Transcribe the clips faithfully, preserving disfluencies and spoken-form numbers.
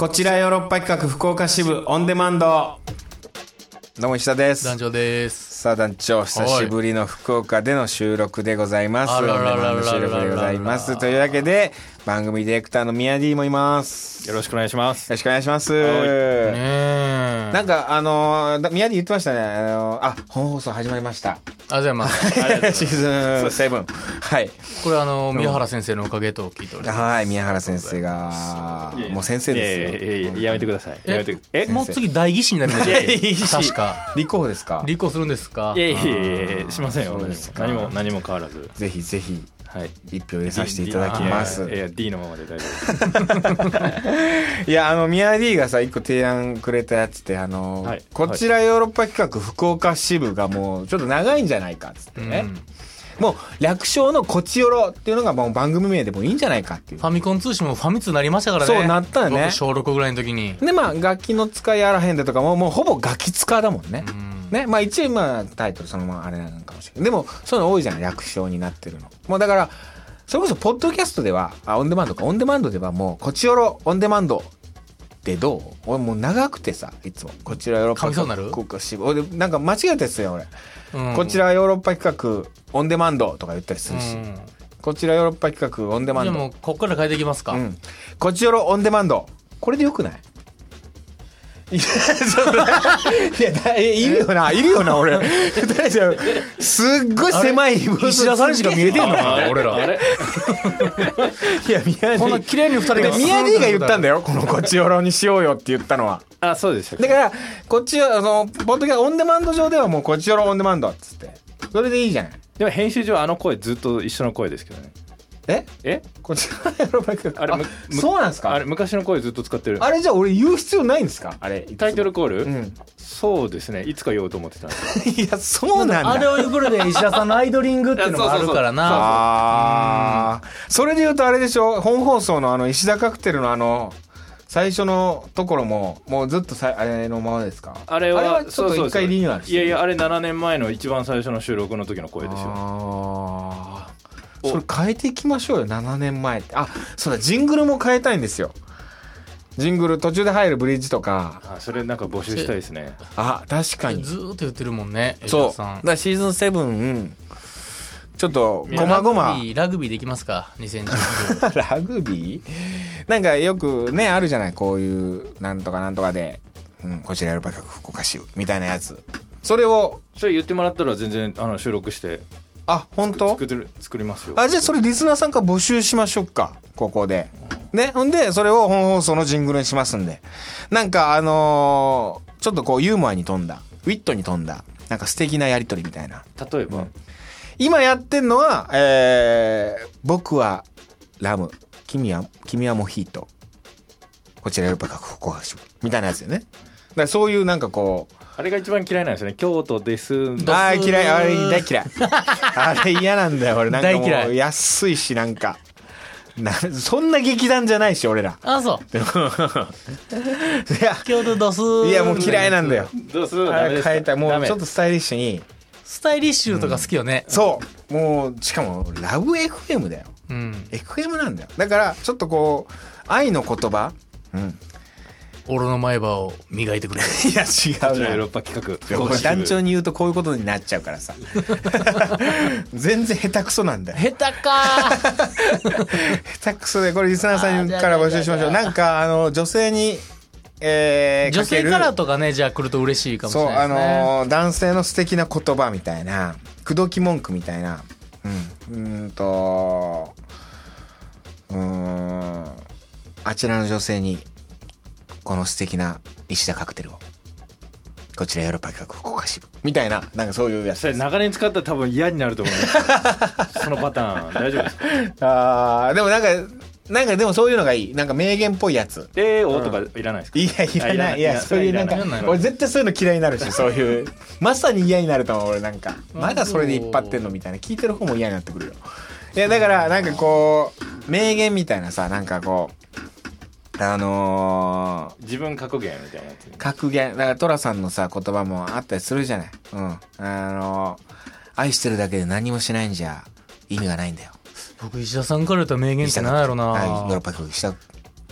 こちらヨーロッパ企画福岡支部オンデマンド。どうも石田です。 団長です。 さあ団長、久しぶりの福岡での収録でございます。オンデマンド収録でございます。というわけで番組ディレクターの宮 D もいます。 よろしくお願いします。 よろしくお願いします。 ねなんかあのー、宮 D 言ってましたね。あのー、あ本放送始まりました。 ありがとうございます。 シーズンセブン。はい。 これあの宮原先生のおかげと聞いております。 はい、宮原先生がもう先生ですよ。 いやいやいややめてください。やめてえもう次代議士になるんですよ。確か立候補ですか。 立候補するんですか。 いやいやいやしませんよ。何も何も変わらず。 ぜひぜひ。はい、一票入れさせていた D, だきます。 いや D のままで大丈夫です。 いやあの宮 D がさ一個提案くれたやつってあの、はい、こちらヨーロッパ企画福岡支部がもうちょっと長いんじゃないかっつってね、うん、もう略称のこちよろっていうのがもう番組名でもいいんじゃないかっていう。 ファミコン通信もファミ通になりましたからね。 そうなったよね。 僕小ろくぐらいの時に。 でまあ楽器の使いあらへんでとかももうほぼガキ使だもんね。うんね、まあ一応まあタイトルそのままあれなのかもしれない。でもそういうの多いじゃん、略称になってるの。もうだからそれこそポッドキャストではあオンデマンドかオンデマンドではもうこちよろオンデマンドってどう？俺もう長くてさいつもこちらヨーロッパ企画支部俺なんか間違えたやつよ俺、うん、こちらヨーロッパ企画オンデマンドとか言ったりするし、うん、こちらヨーロッパ企画オンデマンド。 じゃあもうこっから変えていきますか、うん、 こちよろオンデマンドこれでよくない？いや、いやだいるよないるよな俺すっごい狭い石田さんしか見えてんのかな俺ら。あれいや宮 D こんな綺麗に二人が宮 D が言ったんだよこのこっちよろにしようよって言ったのは。 あそうでしただからこっちあのポッドキャストオンデマンド上ではもうこっちよろオンデマンドっつってそれでいいじゃない。 でも編集上あの声ずっと一緒の声ですけどね。 ええこちらヨーロッパ企画あれそうなんですか。 あれ昔の声ずっと使ってる。 あれじゃあ俺言う必要ないんですか。あれタイトルコール、 うん、 そうですねいつか言おうと思ってたんですいやそうなんだ。 あれを言うことで石田さんのアイドリングっていうのもあるからな。 ああそれで言うとあれでしょ本放送のあの石田カクテルのあの最初のところももうずっとさあれのままですか。 あれは、 あれはちょっと一回リニューアルして。 いやいやあれななねんまえの一番最初の収録の時の声ですよ。 ああそれ変えていきましょうよななねんまえって。あそうだジングルも変えたいんですよ。ジングル途中で入るブリッジとか。 あそれなんか募集したいですね。 あ確かにずーっと言ってるもんね。 そうだからシーズンセブンちょっとごまごまラグビーラグビーできますかにせんじゅうきゅうラグビーなんかよくねあるじゃないこういうなんとかなんとかで、うん、こちらヨーロッパ企画福岡支部みたいなやつ。それをそれ言ってもらったら全然あの収録してあ本当作る作りますよ。 あじゃあそれリスナーさんから募集しましょうかここでね。ほんでそれを本放送のジングルにしますんでなんかあのー、ちょっとこうユーモアに富んだウィットに富んだなんか素敵なやり取りみたいな。 例えば、うん、 今やってんのは、えー、僕はラム君は君はモヒートこちらヨーロッパ企画福岡支部みたいなやつよね。だからそういうなんかこうあれが一番嫌いなんですよね。京都ですああ嫌いあれ大嫌いあれ嫌なんだよ俺。なんかもう安いしなんかなそんな劇団じゃないし俺ら。 あそういや京都ドスいやもう嫌いなんだよ。 ドスあれ変えたいもうちょっとスタイリッシュにスタイリッシュとか好きよね、 うん、そうもうしかもラブ エフエム だよ、うん、エフエム なんだよ。だからちょっとこう愛の言葉うん俺の前歯を磨いてくれいや違うなヨーロッパ企画団長に言うとこういうことになっちゃうからさ全然下手くそなんだよ。 下手か下手くそでこれリスナーさんから募集しましょう。なんかあの女性にえー、 女性カラーとかねじゃあ来ると嬉しいかもしれないですね。 そうあのー、男性の素敵な言葉みたいな口説き文句みたいなうんうんとうーんあちらの女性にこの素敵な石田カクテルをこちらヨーロッパ企画福岡支部みたいななんかそういうやつ。 それ長年使ったら多分嫌になると思いますそのパターン大丈夫ですか。 あーでもなんかなんかでもそういうのがいいなんか名言っぽいやつ。 えーおとかいらないですか。 いやいらないいやそういうなんか俺絶対そういうの嫌いになるしそういうまさに嫌になると思う俺なんかまだそれで引っ張ってんのみたいな聞いてる方も嫌になってくるよ。いやだからなんかこう名言みたいなさなんかこうあのー、自分格言みたいなやつ格言だからトラさんのさ言葉もあったりするじゃない。うんあのー、愛してるだけで何もしないんじゃ意味がないんだよ。 僕石田さんから言った名言って何やろな。 はいヨーロッパ企画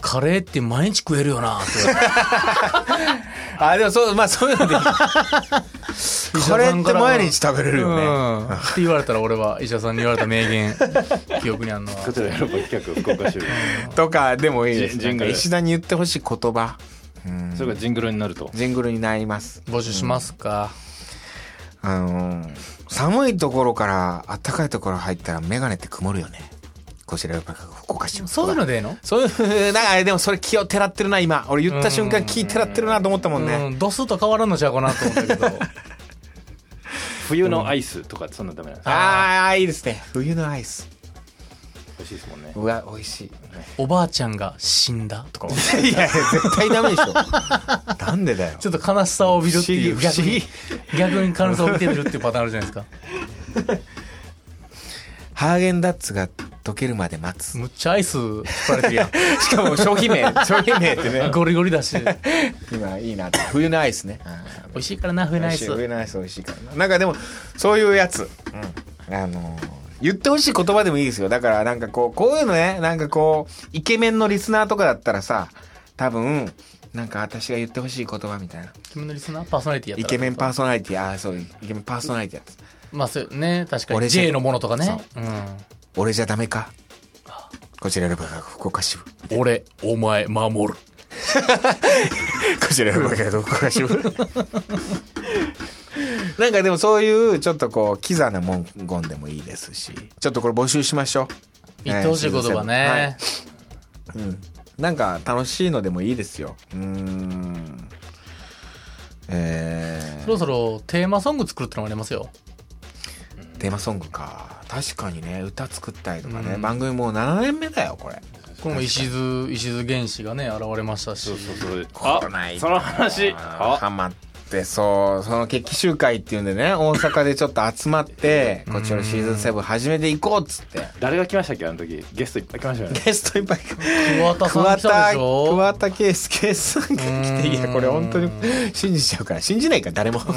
カレーって毎日食えるよなって言われてあ、でもそう、まあそういうのでいい。カレーって毎日食べれるよね。 うん、って言われたら俺は医者さんに言われた名言記憶にあるのはこちらヨーロッパ企画福岡州とかでもいいです。 ジングル石田に言ってほしい言葉、 うん、それがジングルになるとジングルになります。 募集しますか、 うん、あのー、寒いところから暖かいところ入ったらメガネって曇るよね。こちらヨーロッパ福岡州。 そういうのでええの？ そういうなんかでもそれ気をてらってるな今。俺言った瞬間気てらってるなと思ったもんね。 うん、度数と変わらんのちゃうかなと思ったけど冬のアイスとかそんなダメなんですか？ ああいいですね。冬のアイス美味しいですもんね。 うわ美味しい。 おばあちゃんが死んだとかいやいや絶対ダメでしょ。なんでだよ。 ちょっと悲しさを帯びるっていう不思議逆に悲しさを帯びてるっていうパターンあるじゃないですか。 ハーゲンダッツが溶けるまで待つ。 むっちゃアイス引っ張れてるやん。 しかも商品名商品名ってねゴリゴリだし今いいなって。冬のアイスね。 美味しいからな冬のアイス。 冬のアイス美味しいからな。なんかでもそういうやつ、うん、あのー、言ってほしい言葉でもいいですよ。だからなんかこうこういうのね、なんかこうイケメンのリスナーとかだったらさ、多分なんか私が言ってほしい言葉みたいな。イケメンのリスナーパーソナリティやったらイケメンパーソナリティ、ああそうイケメンパーソナリティやつ。 まあそうね、確かに俺じゃ J のものとかね、うん、 俺じゃダメか。こちらのバカ福岡支部。 俺お前守る。 こちらのバカ福岡支部。なんかでもそういうちょっとこうキザな文言でもいいですし、ちょっとこれ募集しましょう。 言ってほしい言葉ね、はい、 うん、なんか楽しいのでもいいですよ。うーん、えー、 そろそろテーマソング作るってのもありますよ。 テーマソングか。確かにね、歌作ったりとかね、うん、番組もうななねんめだよこれ。 この石津石津原始がね現れましたし、 そうそうそう、 あその話ハマってそうその決起集会っていうんでね、大阪でちょっと集まってこっちのシーズンセブン始めていこうっつって。 誰が来ましたっけあの時。ゲストいっぱい来ましたよね。 ゲストいっぱい。 桑田さん来たでしょ。 桑田佳祐さんが来て、いやこれ本当に信じちゃうから。信じないから誰も。あ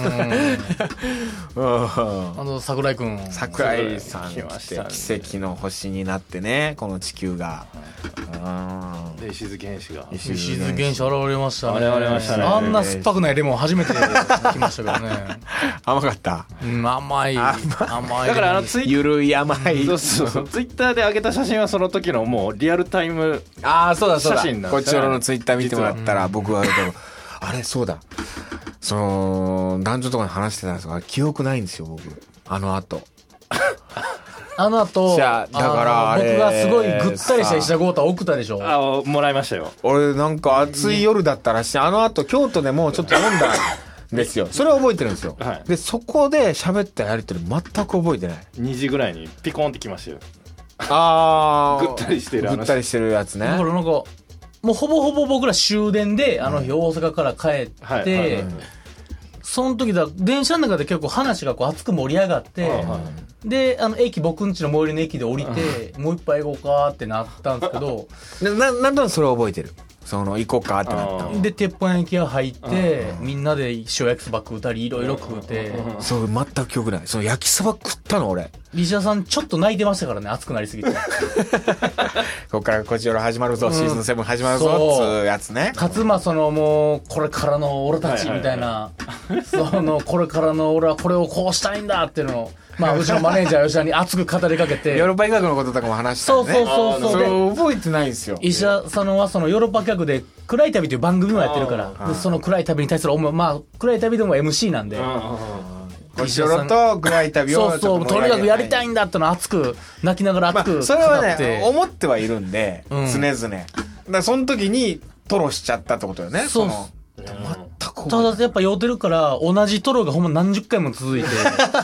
の桜井くん桜井さん来ました、ね、奇跡の星になってね、この地球が。 で石津原始が石津原始現れましたね。 現れましたね。 あんな酸っぱくないレモン初めて来ましたけどね。 甘かった、 うん、甘い甘い。 だからあのツイゆるい甘い、 そうそうそう、ツイッターで上げた写真はその時のもうリアルタイム写真なんですよね。 ああそうだそうだ、こっちのツイッター見てもらったら僕はあれそうだ、その男女とかに話してたんですが記憶ないんですよ僕。あの後あの後じゃあだからあれ僕がすごいぐったりした石田豪太を送ったでしょ。 あもらいましたよ。 俺なんか暑い夜だったらしい。あの後京都でもうちょっと飲んだんですよ。それは覚えてるんですよ、はい、でそこで喋ったやりとり全く覚えてない。 にじぐらいにピコンってきましたよ。 ああぐったりしてるぐったりしてるやつね。 だからなんかもうほぼほぼ僕ら終電であの日大阪から帰って、うんはいはいはいはい、その時だ電車の中で結構話がこう熱く盛り上がって、はいはい、であの駅僕ん家の最寄りの駅で降りてもう一杯行こうかってなったんですけどな, なんとなくそれを覚えてる。その行こうかってなったで鉄板焼き屋入ってみんなで塩焼きそば食うたりいろいろ食うて、 そう全く記憶ない。その焼きそば食ったの俺。 リシャさんちょっと泣いてましたからね、熱くなりすぎて。 ここからこちら始まるぞ、うん、シーズンセブン始まるぞっつうやつね。 かつまあそのもうこれからの俺たちみたいな、はいはいはい、そのこれからの俺はこれをこうしたいんだっていうのをまあうちのマネージャー吉田に熱く語りかけてヨーロッパ医学のこととかも話したんでね。 そうそうそうそう。 それ覚えてないんですよ。 石田さんはそのヨーロッパ企画で暗い旅という番組もやってるからでその暗い旅に対する思い、まあ暗い旅でも エムシー なんで石田さんと暗い旅をそうそうとにかくやりたいんだっての熱く泣きながら熱く、 まあ、それはね思ってはいるんで、うん、常々だからその時にトロしちゃったってことよね。 そうそ全くただやっぱ酔ってるから同じトロがほんま何十回も続いて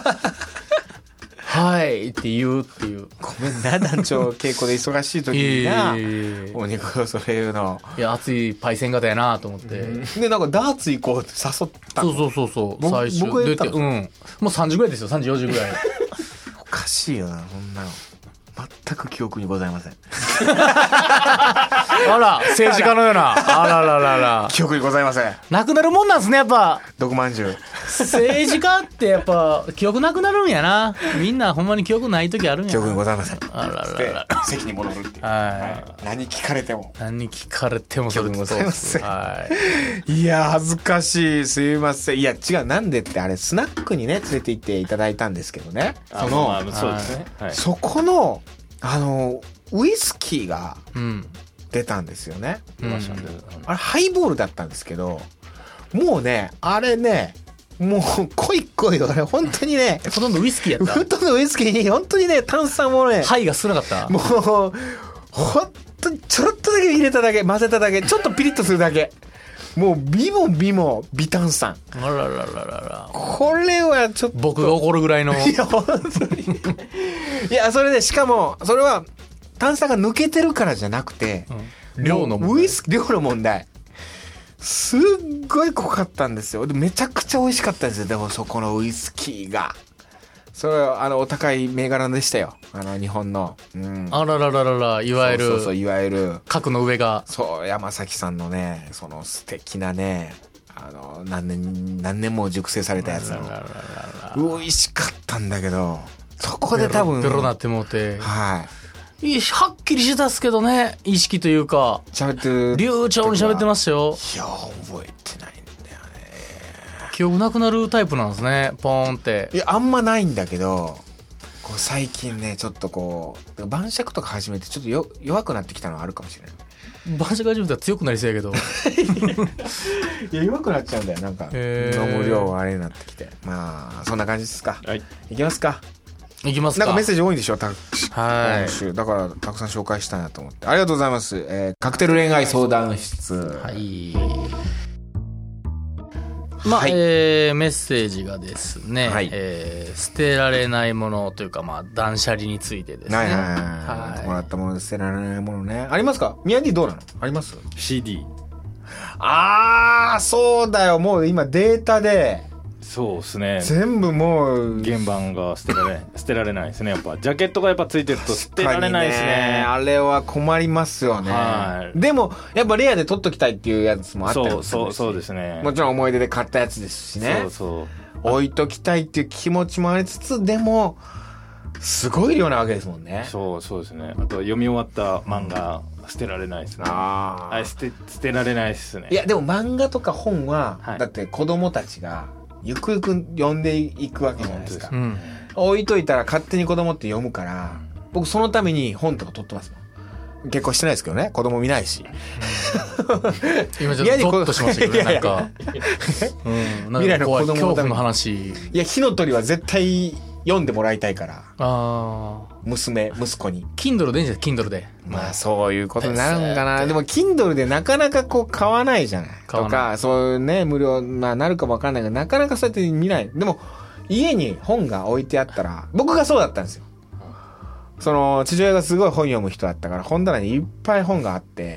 はいって言うっていう。 ごめんな団長稽古で忙しい時になお肉をそれ言うの。 いや熱いパイセン型やなと思って、うん、 でなんかダーツ行こうって誘ったの。 そうそうそうそう最初僕出て、 うん、もうさんじぐらいですよ。さんじよじぐらいおかしいよなそんなの全く記憶にございませんあら、政治家のような。あらららら。 記憶にございません。 なくなるもんなんですね、やっぱ。 毒まんじゅう。 政治家ってやっぱ、記憶なくなるんやな。みんなほんまに記憶ない時あるんやな。 記憶にございません。 あらららら。席に戻るっていう。 はい。 何聞かれても。 何聞かれても記憶にございません。 はい。 いや、恥ずかしい。すいません。いや、違う。なんでって、あれ、スナックにね、連れて行っていただいたんですけどね。その、 まあ、そうですね。はい、 そこの、あの、ウイスキーが出たんですよね。 うん、 あれハイボールだったんですけど、もうね、あれね、もう濃い濃いあれ本当にね、 ほとんどウイスキーやった。 ほとんどウイスキーに本当にね、炭酸もね、 ハイが少なかった。 もう本当にちょろっとだけ入れただけ、混ぜただけ、ちょっとピリッとするだけ。もう美も美も微炭酸。 あららららら。 これはちょっと僕が怒るぐらいの。 いや本当に。いやそれでしかもそれは炭酸が抜けてるからじゃなくて、 うん、量の問題。 ウイスキー量の問題。すっごい濃かったんですよ。でめちゃくちゃ美味しかったんですよ。でもそこのウイスキーが。それはあのお高い銘柄でしたよ。あの日本の。うん、 あららららら、いわゆる。 そうそうそういわゆる。 角の上が。 そう山崎さんのね、その素敵なね、あの何年何年も熟成されたやつの。美味しかったんだけど、そこで多分。 ベロベロなってもうて。 はい。 はっきりしてたっすけどね、意識というか。 喋ってる。 流暢に喋ってましたよ。 いや覚えてないんだよね。 記憶なくなるタイプなんですね、ポーンって。 いやあんまないんだけど、こう最近ねちょっとこう晩酌とか始めてちょっとよ弱くなってきたのはあるかもしれない。 晩酌始めたら強くなりそうやけど。 いや弱くなっちゃうんだよなんか、飲む量があれになってきて、まあそんな感じですか。はい。いきますか。 いきますか。 なんかメッセージ多いんでしょ。たはい。 だからたくさん紹介したいなと思って。ありがとうございます。えー、カクテル恋愛相談室。 はい。まあ、はい、えー、メッセージがですね、はい、えー、捨てられないものというか、まあ、断捨離についてですね。 はいはいはい。はい、もらったもので捨てられないものね。ありますか？宮城どうなの？あります？ シーディー。 あー、そうだよ。もう今データで。 そうですね。 全部もう原版が捨てられ捨てられないですね。やっぱジャケットがやっぱついてると捨てられないですね。 ねあれは困りますよね。はい。でもやっぱレアで撮っときたいっていうやつもあったりするんですよ。 そうそうそうですね。 もちろん思い出で買ったやつですしね。 そうそう。 置いときたいっていう気持ちもありつつ、でもすごい量なわけですもんね。 そうそうですね。あと読み終わった漫画、うん、捨てられないですね。ああ。捨て捨てられないですね。 いやでも漫画とか本は、はい、だって子供たちがゆくゆく読んでいくわけじゃないですか。うん、置いといたら勝手に子供って読むから、僕そのために本とか取ってますもん。結婚してないですけどね、子供見ないし。 今ちょっとゾッとしましたけどね、なんか。うん、未来の子供の恐怖の話。 いや、火の鳥は絶対読んでもらいたいから。 あ娘、息子に。 Kindle でいいんじゃない Kindle で。 まあそういうことになるんかな。でも Kindle でなかなかこう買わないじゃない。とか、そういうね、無料、まあなるかもわかんないけど、なかなかそうやって見ない。でも、家に本が置いてあったら、僕がそうだったんですよ。その、父親がすごい本読む人だったから、本棚にいっぱい本があって、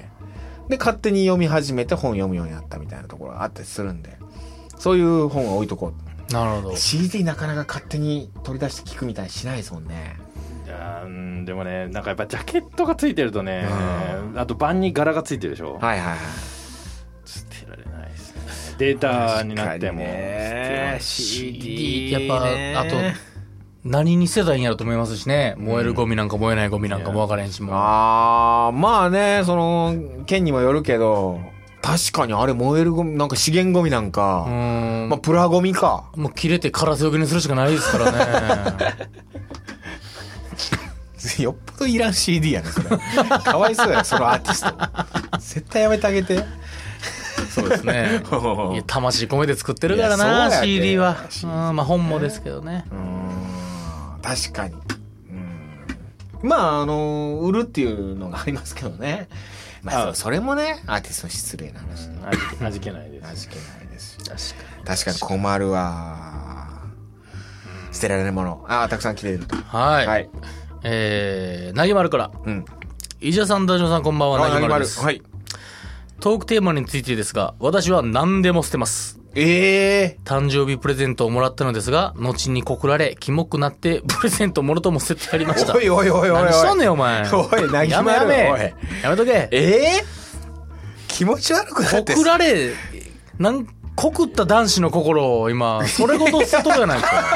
で、勝手に読み始めて本読むようになったみたいなところがあったりするんで、そういう本を置いとこう。 なるほど。 シーディー なかなか勝手に取り出して聞くみたいにしないですもんね。 いやー、でもね、なんかやっぱジャケットがついてるとね、うん、あと版に柄がついてるでしょ。 はいはいはい。 捨てられないですね。データになっても捨てね。シーディー、 やっぱ、あと、何に捨てたらいいんやろと思いますしね。燃えるゴミなんか燃えないゴミなんかも分からへんしも。 あー、まあね、その、県にもよるけど、確かにあれ燃えるゴミ、なんか資源ゴミなんか、うん、まあプラゴミか。 もう切れてカラスよけにするしかないですからね。 よっぽどいらん シーディー やね、それ。かわいそうや、そのアーティスト。絶対やめてあげて。 そうですね。いや魂込めて作ってるからな、シーディー は。うん、まあ本もですけどね。 うん、確かに。うん、まあ、あの、売るっていうのがありますけどね。まあ、それもね、アーティストの失礼な話で。 味気ないです。 味気ないです。 確かに。 確かに困るわ。捨てられないもの。ああ、たくさん来ていると。 はい。はい。えー、なぎまるから。うん。伊者さん、ダジョさん、こんばんは。なぎまるです。はい。トークテーマについてですが、私は何でも捨てます。 ええ誕生日プレゼントをもらったのですが、後に告られ、キモくなってプレゼントもろとも捨ててやりました。 おいおいおいおいおい。 何しとんねんお前。 おい、なぎまる。 やめやめ。 おいやめとけ。 ええ気持ち悪くなって。 告られ、なん告った男子の心を今、それごと捨てとるやないか。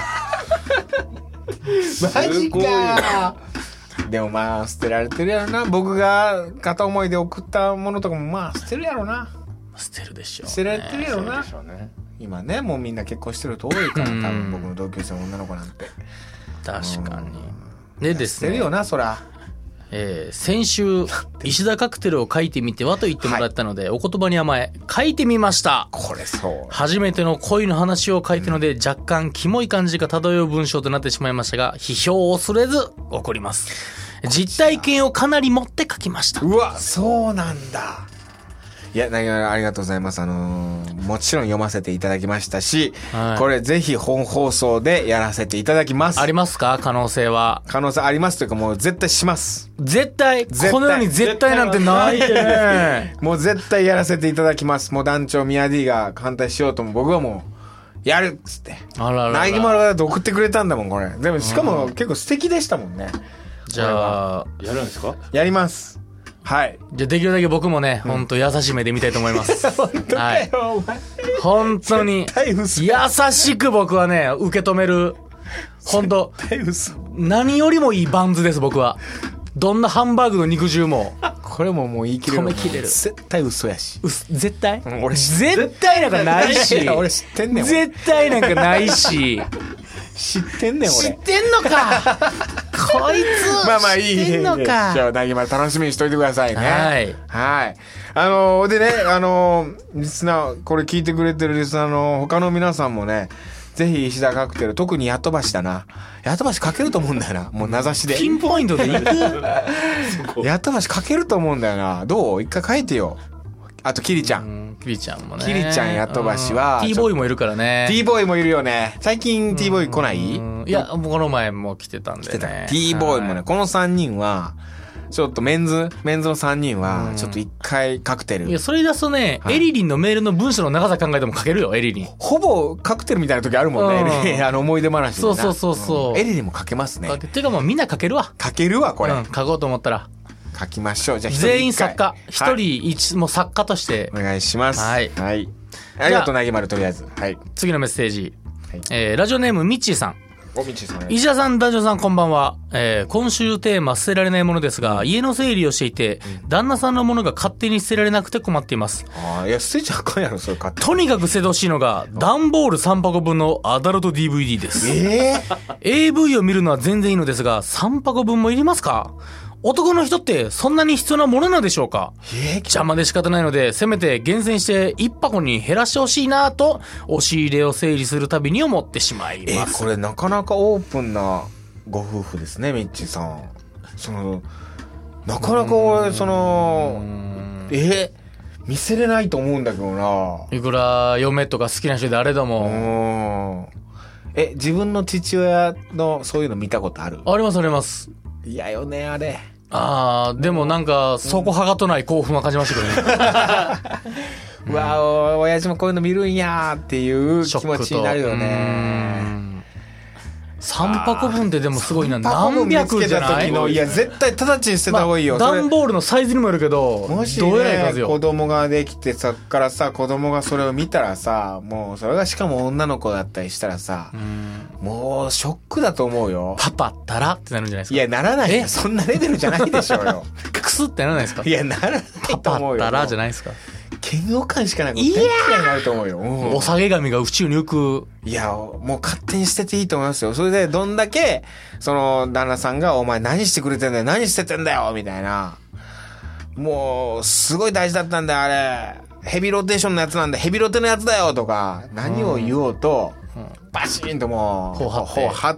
マジか。でもまあ捨てられてるやろな。僕が片思いで送ったものとかもまあ捨てるやろな。 捨てるでしょう、ね。 捨てられてるやろな。 ね、 今ね、もうみんな結婚してる人多いから、多分僕の同級生の女の子なんて。 確かに。でですね。 捨てるよな、そら。 えー、先週、石田カクテルを書いてみてはと言ってもらったので、はい、お言葉に甘え、書いてみました。 これそう。 初めての恋の話を書いたので、うん、若干キモい感じが漂う文章となってしまいましたが、批評を恐れず送ります。実体験をかなり持って書きました。 うわ、そうなんだ。いや、なありがとうございます。あのー、もちろん読ませていただきましたし、はい、これぜひ本放送でやらせていただきます。 ありますか？可能性は。 可能性ありますというか、もう絶対します。 絶対この世に絶対なんてないでね。 もう絶対やらせていただきます。もう団長宮 D が反対しようとも僕はもう、やるっつって。 あららら。 なぎまるだって送ってくれたんだもん、これ。でもしかも結構素敵でしたもんね。 じゃあ、 やるんですか？ やります。はい。 じゃあできるだけ僕もね、ほんと優しい目で見たいと思います。 本当だよ、お前。 本当に。優しく僕はね、受け止める。本当。何よりもいいバンズです、僕は。どんなハンバーグの肉汁も。 これももう言い切れる。 止めきれる。 絶対嘘やし。 う絶対、 うん、俺絶対なんかないし。 俺知ってんねん。 絶対なんかないし。 知ってんねん、俺。 知ってんのか。こいつ。 まあまあいい。 知ってんのか。じゃあ、なぎまる楽しみにしといてくださいね。 はい。 はい。あのー、でね、あのー、リスナー、これ聞いてくれてるリスナーの他の皆さんもね、ぜひ石田カクテル、特にやっとばしだな。やっとばしかけると思うんだよな。もう名指しで。 ピンポイントでいくやっとばしかけると思うんだよな。どう？一回書いてよ。あと、キリちゃん。 うんキリちゃんもね。 キリちゃんやっとばしは。 T ボーイもいるからね。 T ボーイもいるよね。最近 T ボーイ来ない？ いや、この前も来てたんでね。来てた。 T ボーイもね、このさんにんは、ちょっとメンズ、メンズのさんにんは、ちょっと一回カクテル。 いや、それ出すとね、はい、エリリンのメールの文章の長さ考えても書けるよ、エリリン。 ほぼカクテルみたいな時あるもんね、うん、あの思い出話で。 そうそうそうそう、 うん。エリリンも書けますね。 てかもうみんな書けるわ。 書けるわ、これ。うん、 書こうと思ったら。 書きましょう。じゃあ全員作家。一、はい、人一、もう作家として。 お願いします。 はい。 はい。ありがとう、なぎまる、とりあえず。はい。 次のメッセージ。はい、えー、ラジオネーム、ミッチーさん。 お、ミッチーさん。 石田さん、ダジョさん、こんばんは。えー、今週テーマ、捨てられないものですが、家の整理をしていて、うん、旦那さんのものが勝手に捨てられなくて困っています。 ああ、いや、捨てちゃあかんやろ、それ勝手に。 とにかく捨ててほしいのが、段ボールさん箱分のアダルト ディーブイディー です。 えー、 エーブイ を見るのは全然いいのですが、さん箱分もいりますか？男の人ってそんなに必要なものなのでしょうか？えー、邪魔で仕方ないので、せめて厳選していち箱に減らしてほしいなと、押し入れを整理するたびに思ってしまいます。 えー、これなかなかオープンなご夫婦ですね、ミッチーさん。その、なかなか俺、その、えー、見せれないと思うんだけどな。 いくら嫁とか好きな人であれども。 え、自分の父親のそういうの見たことある？ ありますあります。 嫌よね、あれ。 あー、でもなんか、そこはがとない興奮は感じましたけどね。 うわぁ、お、親父もこういうの見るんやーっていう気持ちになるよね。 さん箱分ってでもすごいな。何百じゃない？ いや、絶対直ちに捨てた方がいいよ。 まあ、段ボールのサイズにもよるけど、 もし、ね、どうやらいかずよ。子供ができて、そっからさ、子供がそれを見たらさ、もう、それがしかも女の子だったりしたらさ、もう、ショックだと思うよ。 パパったらってなるんじゃないですか。 いや、ならないよ。そんなレベルじゃないでしょうよ。 クスってならないですか？ いや、ならないと思うよ。 パパったらじゃないですか。 嫌悪感しかなくて、いやーになると思うよ。うん、 お下げ髪が宇宙に浮く。 いや、もう勝手に捨てていいと思いますよ。それで、どんだけ、その、旦那さんが、お前何してくれてんだよ、何捨ててんだよ、みたいな。もう、すごい大事だったんだよ、あれ。ヘビローテーションのやつなんだ、ヘビロテのやつだよ、とか、何を言おうと、うんうん、バシーンともう、 頬張って、 頬張って、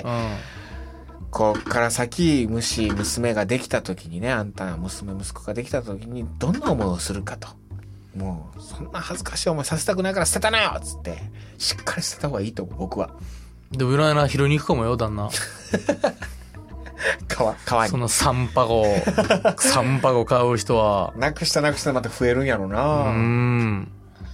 うん、こっから先、もし娘ができた時にね、あんた娘息子ができた時に、どんな思いをするかと。もう、そんな恥ずかしい思いさせたくないから捨てたなよつって、しっかり捨てた方がいいと思う、僕は。 でも、占いな、拾いに行くかもよ、旦那。 かわ、かわいい。 そのさん箱、さん箱買う人は。 なくしたなくしたらまた増えるんやろな。 うーん。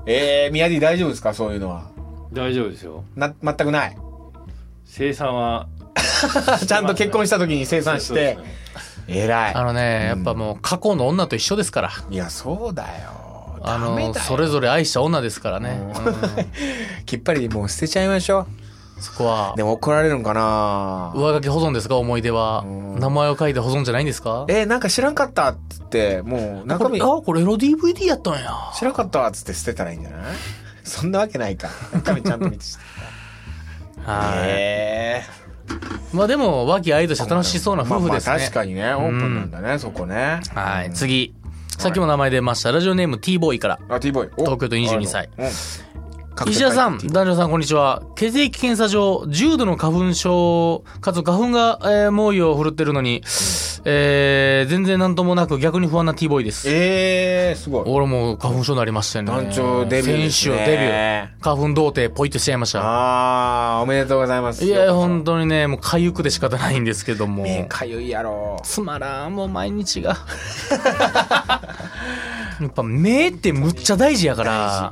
えー、宮城大丈夫ですかそういうのは。 大丈夫ですよ。 な、全くない。 生産はちゃんと結婚した時に生産して。偉い。 あのね、やっぱもう過去の女と一緒ですから。 いや、そうだよ。 あの、それぞれ愛した女ですからね。うん、 きっぱりもう捨てちゃいましょう。 そこは。 でも怒られるんかな。 上書き保存ですか思い出は。名前を書いて保存じゃないんですか。 えー、なんか知らんかったっつって、もう中身。 あ、これエロ ディーブイディー やったんや。 知らんかったっつって捨てたらいいんじゃないそんなわけないか。中身ちゃんと見てしてた。はい。えー。まあでも、和気あいとして楽しそうな夫婦ですね。 まあ、まあ確かにね、オープンなんだね、うん、そこね。 はい、次。さっきも名前出ました、ラジオネーム T ボーイから。 あ、T ボーイ。 東京都にじゅうにさい。石田さん、男女さん、こんにちは。血液検査上、重度の花粉症、かつ花粉が、えー、猛威を振るってるのに、うん、えー、全然なんともなく逆に不安な T ボーイです。 えー、すごい。 俺も花粉症になりましたね。 団長デビューですね。 先週デビュー。花粉童貞ポイッとしちゃいました。 あー、おめでとうございます。 いや、本当にね、もう痒くで仕方ないんですけども。 目痒いやろ。 つまらん、もう毎日が。やっぱ目ってむっちゃ大事やから。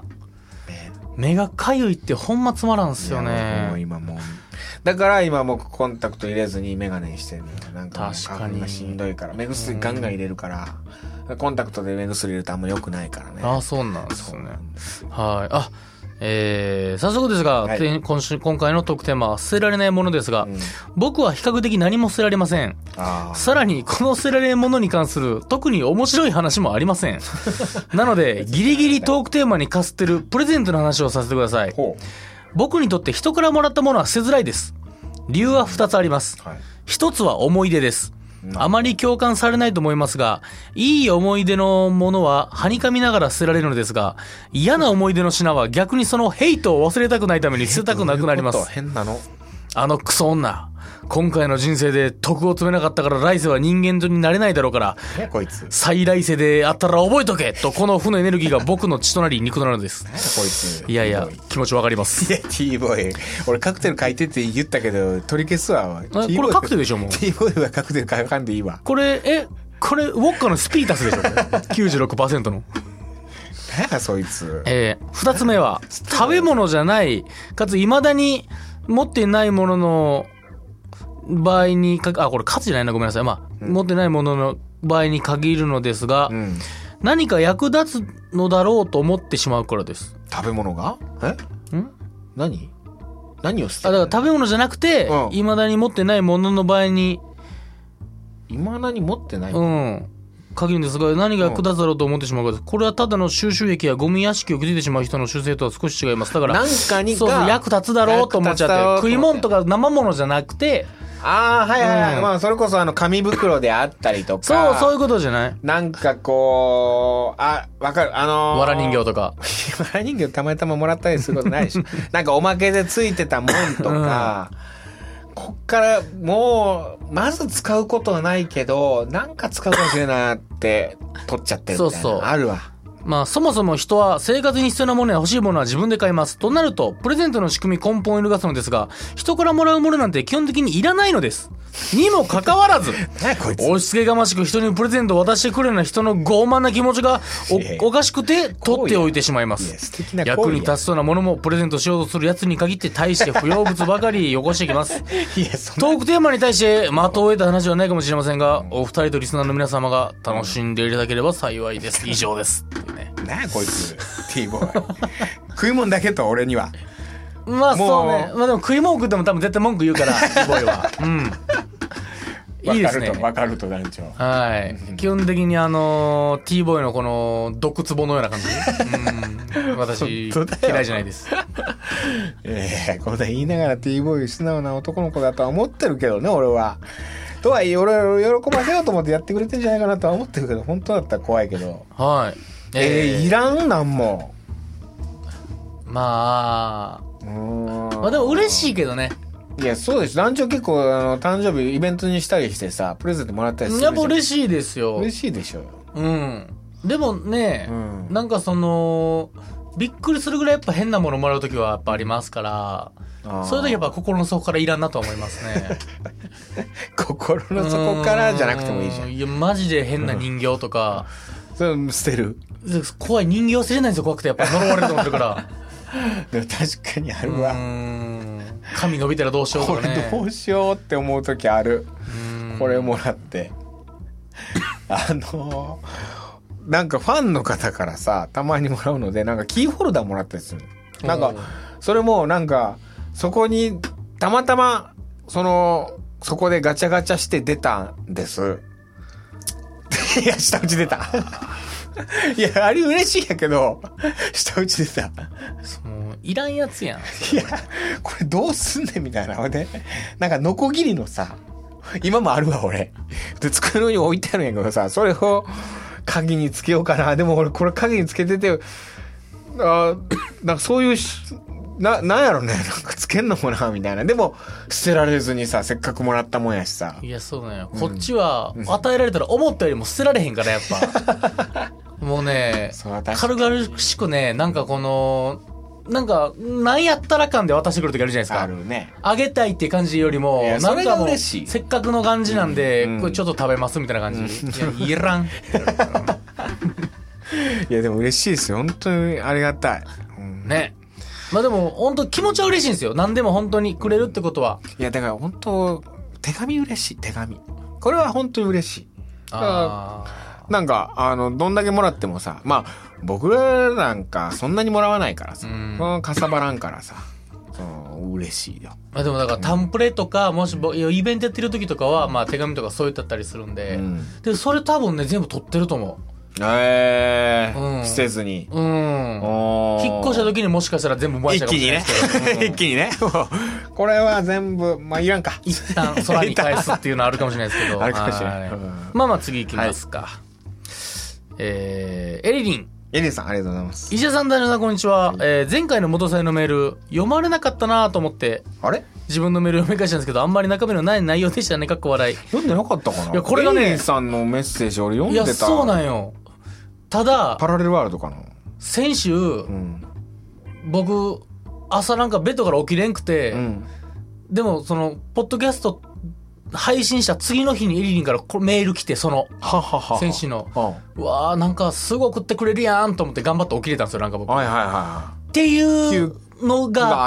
目がかゆいってほんまつまらんすよね。 もう今もうだから今もうコンタクト入れずにメガネにしてるのよ。なんか花粉がしんどいから目薬ガンガン入れるから、うん、コンタクトで目薬入れるとあんま良くないからね。 ああ、そうなんですよね。はい。あ、えー、早速ですが、はい、今週今回のトークテーマは捨てられないものですが、うん、僕は比較的何も捨てられません。さらにこの捨てられないものに関する特に面白い話もありません。なのでギリギリトークテーマにかすってるプレゼントの話をさせてください。僕にとって人からもらったものは捨てづらいです。理由はふたつあります。はい、ひとつは思い出です。あまり共感されないと思いますが、いい思い出のものははにかみながら捨てられるのですが、嫌な思い出の品は逆にそのヘイトを忘れたくないために捨てたくなくなります。 変なの。 あのクソ女。今回の人生で徳を詰めなかったから来世は人間になれないだろうから、 こいつ再来世であったら覚えとけとこの負のエネルギーが僕の血となり肉となるのです。 こいつ。 いやいや、気持ちわかります。 いや、T ボーイ。俺カクテル書いてって言ったけど、取り消すわ。 これカクテルでしょ、もう。 T ボーイはカクテル書かんでいいわ。 これ、え、これ、ウォッカのスピータスでしょ ?きゅうじゅうろくパーセント の。 何や、そいつ。 えー、二つ目は、食べ物じゃない、かつ未だに持っていないものの、場合にか、あ、これ、勝つじゃないな、ごめんなさい。まあ、うん、持ってないものの場合に限るのですが、うん、何か役立つのだろうと思ってしまうからです。 食べ物がえん何何を捨てる？ あ、だから食べ物じゃなくて、うん、未だに持ってないものの場合に、 未だに持ってないうん。限るんですが、何が役立つだろうと思ってしまうからです。これはただの収集癖やゴミ屋敷を築いてしまう人の習性とは少し違います。だから、 なんかにそうそう、役立つだろうと思っちゃって、食い物とか生物じゃなくて、 ああ、はいはいはい。うん、まあ、それこそあの、紙袋であったりとか。 そう、そういうことじゃない？ なんかこう、あ、わかる。あのー、 わら人形とか。 わら人形たまたまもらったりすることないでしょ。なんかおまけでついてたもんとか、うん、こっからもう、まず使うことはないけど、なんか使うかもしれないって取っちゃってるみたいな。そうそう。あるわ。 まあ、そもそも人は生活に必要なものや欲しいものは自分で買います。となると、プレゼントの仕組み根本を揺るがすのですが、人からもらうものなんて基本的にいらないのです。にもかかわらず、押し付けがましく人にプレゼントを渡してくれるような人の傲慢な気持ちが お, おかしくて取っておいてしまいます。役に立つそうなものもプレゼントしようとする奴に限って大して不要物ばかりよこしてきます。トークテーマに対して的を得た話はないかもしれませんが、お二人とリスナーの皆様が楽しんでいただければ幸いです。以上です。 なあこいつ T ボーイ食い物だけと俺にはまあそうね。まあでも食い物食っても多分絶対文句言うから T ボーイはうんいいですね。 わかると団長。 はい。基本的にあの T ボーイのこの毒壺のような感じ。うん。私嫌いじゃないです。 ええー、これ言いながら T ボーイ素直な男の子だとは思ってるけどね俺は。とはいえ俺を喜ばせようと思ってやってくれてんじゃないかなとは思ってるけど本当だったら怖いけど。 はい。 えー、いらんなんも。 まあ。うーん。まあでも嬉しいけどね。 いや、そうです。団長結構、あの、誕生日イベントにしたりしてさ、プレゼントもらったりする。 やっぱ嬉しいですよ。 嬉しいでしょ。 うん。でもね、うん、なんかその、びっくりするぐらいやっぱ変なものもらうときはやっぱありますから、そういうときやっぱ心の底からいらんなと思いますね。 心の底からじゃなくてもいいじゃん。 いや、マジで変な人形とか、 うんそれ捨てる。 怖い、人形捨てれないんですよ、怖くて。やっぱ呪われると思ってるから。 でも確かにあるわ。 髪伸びたらどうしようとかね。 これどうしようって思う時ある。これもらって。あのー、なんかファンの方からさ、たまにもらうので、なんかキーホルダーもらったりする。なんか、それもなんか、そこに、たまたま、その、そこでガチャガチャして出たんです。いや、下打ち出た。いや、あれ嬉しいやけど、下打ち出た。 もう、いらんやつやん。 いや、これどうすんねんみたいな。ほんで、なんか、ノコギリのさ、今もあるわ、俺。で、机の上に置いてあるんやけどさ、それを鍵につけようかな。でも俺、これ鍵につけてて、あなんかそういうし、な、なんやろね。なんかつけんのもな、みたいな。でも、捨てられずにさ、せっかくもらったもんやしさ。 いや、そうだよ。こっちは、与えられたら思ったよりも捨てられへんから、やっぱ。もうね、軽々しくね、なんかこの、なんか、なんやったらかんで渡してくるときあるじゃないですか。 あるね。 あげたいっていう感じよりも、なんかもう、せっかくの感じなんで、これちょっと食べますみたいな感じ。いや、いらん。 いや、でも嬉しいですよ。本当にありがたい。 ね。まあでも、本当気持ちは嬉しいんですよ。何でも本当にくれるってことは。 いや、だから本当、手紙嬉しい、手紙。これは本当に嬉しい。あなんか、あの、どんだけもらってもさ、まあ、僕らなんかそんなにもらわないからさ、うん、かさばらんからさ、その嬉しいよ。 まあでもだからタンプレとか、もしイベントやってる時とかは、まあ手紙とかそういったったりするんで、うん、で、それ多分ね、全部取ってると思う。 ええー、うん、捨てずに。 うん。引っ越した時にもしかしたら全部燃やしたかもしれないですけど。 一気にね。一気にね。これは全部、まあいらんか。 一旦空に返すっていうのはあるかもしれないですけど。 あるかもしれない。 まあまあ次行きますか。はい、えー、エリリン。 エリリンさん、ありがとうございます。 石田さん、大丈夫さん、こんにちは。はい、えー、前回の元妻のメール、読まれなかったなと思って、 あれ自分のメール読み返したんですけど、あんまり中身のない内容でしたね、かっこ笑い。 読んでなかったかな。 いや、これがね。 エリリンさんのメッセージ俺読んでた。 いや、そうなんよ。ただ、 パラレルワールドかな。 先週、うん、僕、朝なんかベッドから起きれんくて、うん、でも、その、ポッドキャスト配信した次の日にエリリンからメール来て、その、ははは先週の、はうわーなんかすぐ送ってくれるやんと思って頑張って起きれたんですよ、なんか僕。 はいはいはい。 っていうのがあって、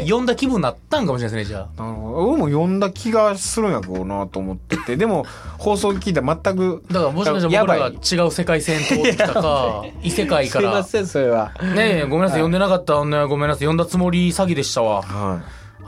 読んだ気分になったんかもしれないですね、じゃあ。 なるほど。俺も読んだ気がするんやろうなと思ってて、でも、放送聞いたら全く。 だからもしかしたら僕らが違う世界線通ってきたか、異世界から。 すいません、それは。 ねえ、ごめんなさい、読んでなかったね、ごめんなさい、読んだつもり詐欺でしたわ。はい。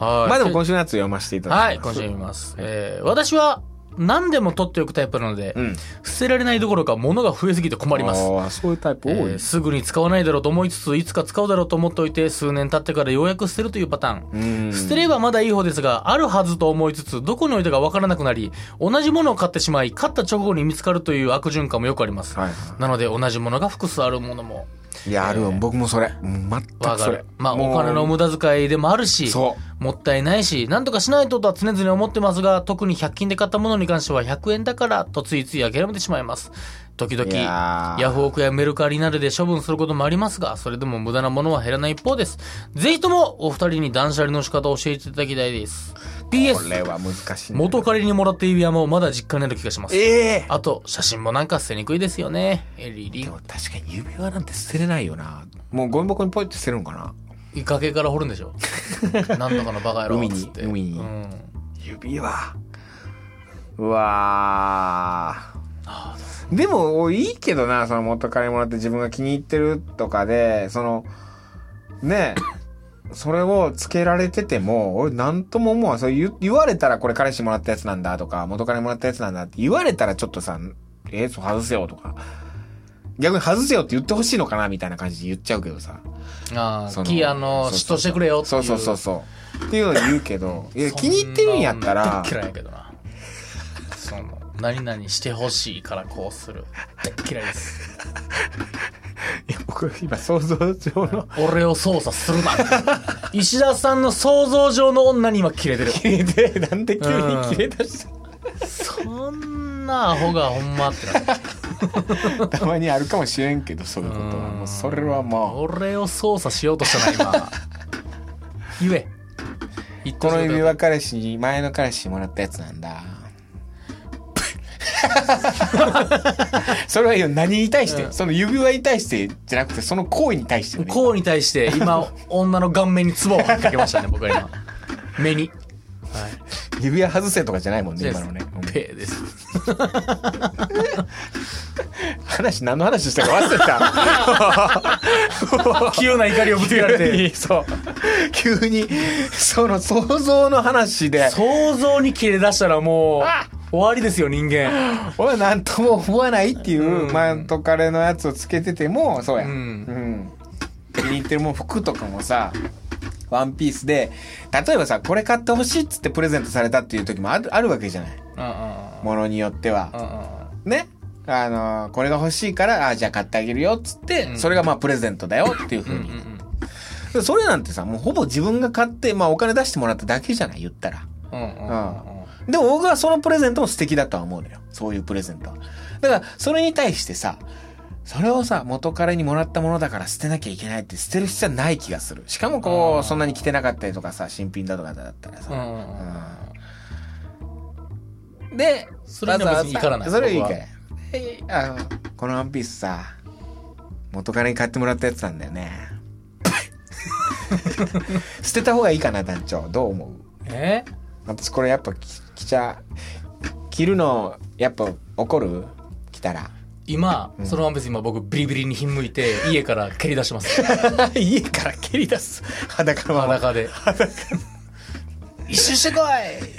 はい。 まあでも今週のやつ読ませていただきます。 はい、今週読みます。えー、私は、何でも取っておくタイプなので、うん、捨てられないどころか物が増えすぎて困ります。 ああ、そういうタイプ多い、えー。 すぐに使わないだろうと思いつつ、いつか使うだろうと思っておいて、数年経ってからようやく捨てるというパターン。うん捨てればまだいい方ですが、あるはずと思いつつ、どこに置いたかわからなくなり、同じものを買ってしまい、買った直後に見つかるという悪循環もよくあります。はいはい、なので、同じものが複数あるものも。 いや、あるわ、えー、僕もそれ。全くそれ。 まあ、お金の無駄遣いでもあるし、もったいないし、なんとかしないととは常々思ってますが、特にひゃく均で買ったものに関してはひゃくえんだからとついつい諦めてしまいます。時々、ヤフオクやメルカリなどで処分することもありますが、それでも無駄なものは減らない一方です。ぜひともお二人に断捨離の仕方を教えていただきたいです。ピーエスこれは難しい、ね、 元彼にもらった指輪もまだ実家にある気がします。 ええー、 あと写真もなんか捨てにくいですよね。エリリン。 でも確かに指輪なんて捨てれないよな。もうゴミ箱にポイって捨てるのかな。 崖から掘るんでしょ。なんとかのバカ野郎っつって。 海に海に、うん、指輪。うわー。でもいいけどな、その元彼もらって自分が気に入ってるとかで、そのねそれをつけられてても、俺なんとも思うわ。そう言、言われたらこれ彼氏もらったやつなんだとか、元彼もらったやつなんだって言われたらちょっとさ、えー、そう外せよとか、逆に外せよって言ってほしいのかなみたいな感じで言っちゃうけどさ。 ああ、キーあの、嫉妬してくれよっていう。 そうそうそうそう。っていうのを言うけど、いや気に入ってるんやったら。 嫌いやけどな。その、何々してほしいからこうする。嫌いです。 いや僕今想像上の俺を操作するな石田さんの想像上の女に今キレてる。 キレてなんで急にキレ出した、 うん、そんなアホがほんまってなたまにあるかもしれんけど、そういうことはもうそれはまあ俺を操作しようとしたな今言えこの指輪彼氏に前の彼氏にもらったやつなんだそれはよ何に対して、うん、その指輪に対してじゃなくてその行為に対して、ね、 行為に対して今女の顔面に唾をかけましたね僕は今目に、 はい、指輪外せとかじゃないもんね今のね。 ペーです話何の話したか忘れた急な怒りをぶつけられてそう急にその想像の話で想像に切れ出したらもう終わりですよ人間。 俺は何とも思わないっていう、うん、マントカレのやつをつけててもそうや、うんうん、気に入ってるもん服とかもさワンピースで例えばさこれ買ってほしいっつってプレゼントされたっていう時もある、あるわけじゃない、うんうん、ものによっては、うんうん、ねあのこれが欲しいからあじゃあ買ってあげるよっつって、うん、それがまあプレゼントだよっていう風に、うんうんうん、それなんてさもうほぼ自分が買ってまあお金出してもらっただけじゃない言ったら、うんうんうんうん、でも僕はそのプレゼントも素敵だとは思うのよそういうプレゼントは。だからそれに対してさそれをさ元彼にもらったものだから捨てなきゃいけないって捨てる必要はない気がする。しかもこうそんなに着てなかったりとかさ新品だとかだったらさ、うんうん、でそれは別に怒らない。 それはいいからあのこのワンピースさ元彼に買ってもらったやつなんだよね捨てた方がいいかな団長どう思う？ え私これやっぱ着ちゃ着るのやっぱ怒る？着たら今、うん、そのワンピース今僕ビリビリにひんむいて家から蹴り出します家から蹴り出す裸のまま裸で裸一周してこい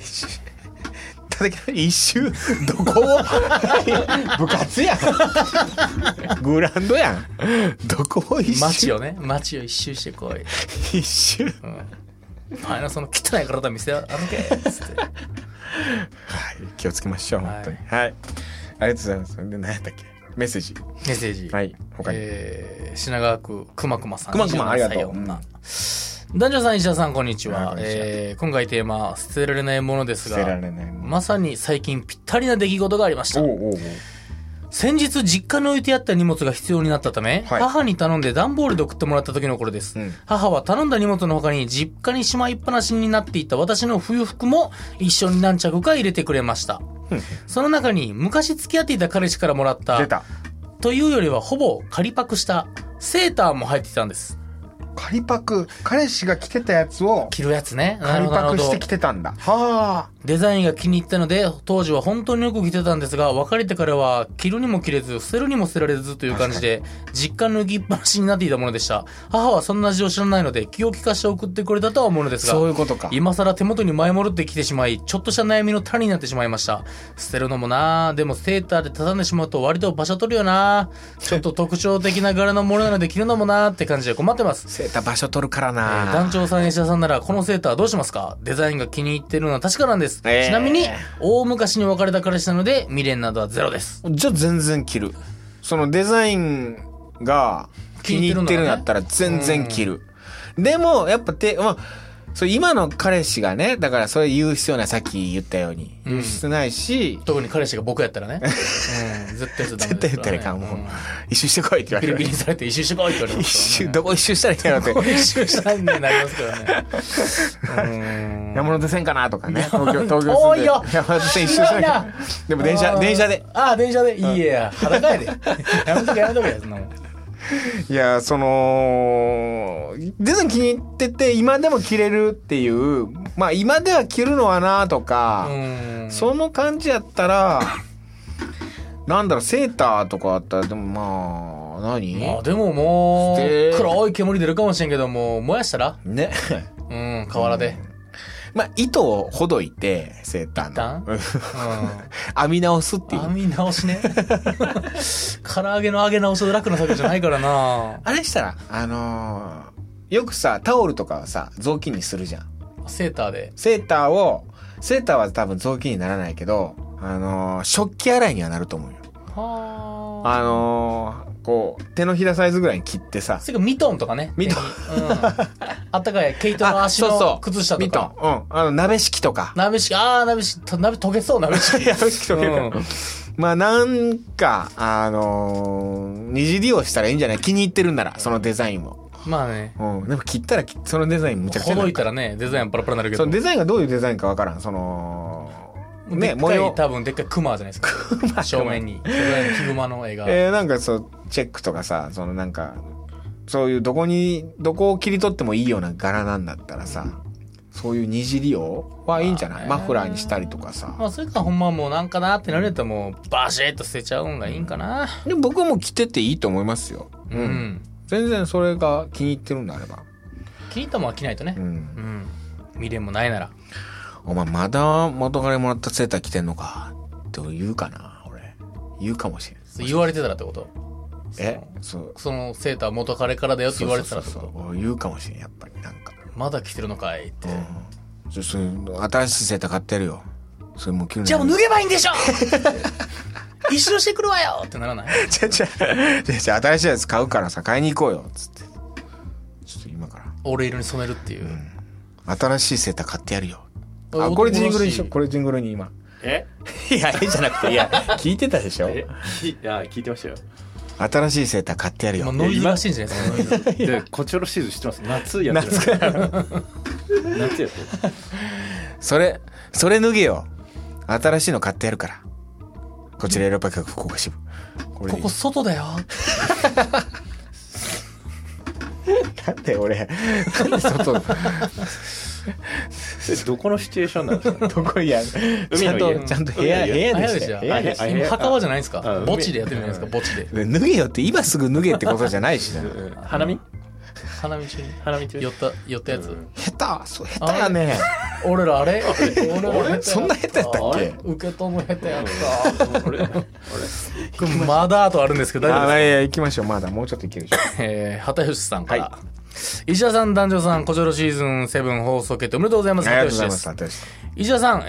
一周どこを部活やんグラウンドやんどこを一周街をね街を一周してこい一周、うん、 前のその汚い体見せ歩けっつってはい気をつけましょう、はい、本当にはいありがとうございます。で何やったっけメッセージメッセージはい他に、 えー、品川区くまくまさんくまくまありがとう、うん、 男女さん石田さんこんにちは、えー、今回テーマ捨てられないものですが捨てられないまさに最近ぴったりな出来事がありました。 おうおうおう先日実家に置いてあった荷物が必要になったため、はい、母に頼んで段ボールで送ってもらった時の頃です、うん、母は頼んだ荷物の他に実家にしまいっぱなしになっていた私の冬服も一緒に何着か入れてくれました、うん、その中に昔付き合っていた彼氏からもらった出たというよりはほぼ仮パクしたセーターも入っていたんです。 仮パク彼氏が着てたやつを着るやつね仮パクして着てたんだ。はあ。 デザインが気に入ったので当時は本当によく着てたんですが別れてからは着るにも着れず捨てるにも捨てられずという感じで実家の脱ぎっぱなしになっていたものでした。母はそんな事情を知らないので気を利かして送ってくれたとは思うのですがそういうことか。 今更手元に前もろってきてしまいちょっとした悩みの種になってしまいました。捨てるのもなぁでもセーターで畳んでしまうと割と場所取るよなちょっと特徴的な柄のものなので着るのもなーって感じで困ってます。 セーター場所取るからな、 えー、団長さん石田さんならこのセーターどうしますか？デザインが気に入ってるのは確かなんです、えー、ちなみに大昔に別れた彼氏なので未練などはゼロです。 じゃあ全然着る。そのデザインが気に入ってるんだったら全然着る、うん、でもやっぱて、まあ、そう今の彼氏がねだからそれ言う必要ないさっき言ったように、うん、言う必要ないし特に彼氏が僕やったらね、うん、絶対言ったらダメですからね。絶対言ったらいかんもう、うん、 一周してこいって言われる。 ビリビリされて一周してこいって言われますからね。 一周どこ一周したらいいんやろって。 どこ一周したらいいんやなりますからね。山手線かなとかね。東京東京遠いよ。 山手線一周したらでも電車電車で。 ああ電車でいいや裸やで。やめとけやめとけやそんなもん。 いやそのデザイン気に入ってて今でも着れるっていうまあ今では着るのはなとかその感じやったらなんだろうセーターとかあったらでもまあ何まあでももう黒い煙出るかもしれんけども燃やしたらねうん河原で、うんまあ、糸をほどいて、セーターの。うん、編み直すっていう。 編み直しね。唐揚げの揚げ直しと楽な作業じゃないからな。 あれしたら、あのー、よくさ、タオルとかはさ、雑巾にするじゃん。 セーターで。 セーターを、セーターは多分雑巾にならないけど、あのー、食器洗いにはなると思うよ。はあのー、こう、手のひらサイズぐらいに切ってさ。 それからミトンとかね。 ミトン。 うん。あったかい、毛糸の足の靴下とか。 ミトン。うん。あの、鍋敷きとか。 鍋敷き、あー、鍋敷き、鍋溶けそう、鍋敷き。 鍋敷き溶ける。うん、まあ、なんか、あのー、二次利用したらいいんじゃない？気に入ってるんなら、そのデザインを。 まあね。 うん。でも切ったら、そのデザインむちゃくちゃ。 ほどいたらね、デザインパラパラなるけど。 そのデザインがどういうデザインかわからん。その、 でっかい模様多分でっかいクマじゃないですか正面にヒグマの絵が、 えー、なんかそうチェックとかさそのなんかそういうどこにどこを切り取ってもいいような柄なんだったらさ、そういうにじりをはいいんじゃない、マフラーにしたりとかさ。 まあそれかほんまもうなんかなってなるやったらもうバシッと捨てちゃうんがいいんかな。 でも僕はもう着てていいと思いますよ。 うん、うん、 全然それが気に入ってるんであれば気に入ったもんは着ないとね。うん、うん、未練もないなら。 お前まだ元彼もらったセーター着てんのかって言うかな。俺言うかもしれない。 言われてたらってこと？ えそうそのセーター元彼からだよって言われてたらってこと？ そうそうそうそう言うかもしれんやっぱりなんかまだ着てるのかいって、 うん、そそ新しいセーター買ってやるよ。それもう着るのじゃあもう脱げばいいんでしょ一緒してくるわよってならない？ じゃじゃじゃ新しいやつ買うからさ買いに行こうよっつってちょっと今から俺色に染めるっていう、うん、 新しいセーター買ってやるよ。あこれジングルにしよう。これジングルに今えいやえじゃなくていや聞いてたでしょ。 えいや聞いてましたよ。 新しいセーター買ってやるよ。 ノイズらしいんじゃないですか。 でこちらのシーズン知ってます。夏やってる。夏やってる。 それそれ脱げよ。新しいの買ってやるから。こちらエロパ企画福岡支部。 こ, ここ外だよ。 なんで俺なんで外どこのシチュエーションなんですか？ どこいやちゃんとちゃんと部屋部屋でしたよ。部屋でしたよ。 墓場じゃないですか。墓地でやってるじゃないですか。墓地で脱げよって今すぐ脱げってことじゃないしな。 花見花見中に花見中寄った寄ったやつ、 うん、下手そう下手やね。 俺らあれ俺らそんな下手やったっけ？ 受け止む下手やった俺俺まだあとあるんですけど大丈夫ですか？ あいや行きましょう。まだもうちょっといけるでしょ。 えー、畑吉さんから、 はい、 石田さん、男女さん、こちらのシーズンセブン放送決定おめでとうございます。 ありがとうございます。畑吉石田さん、はい、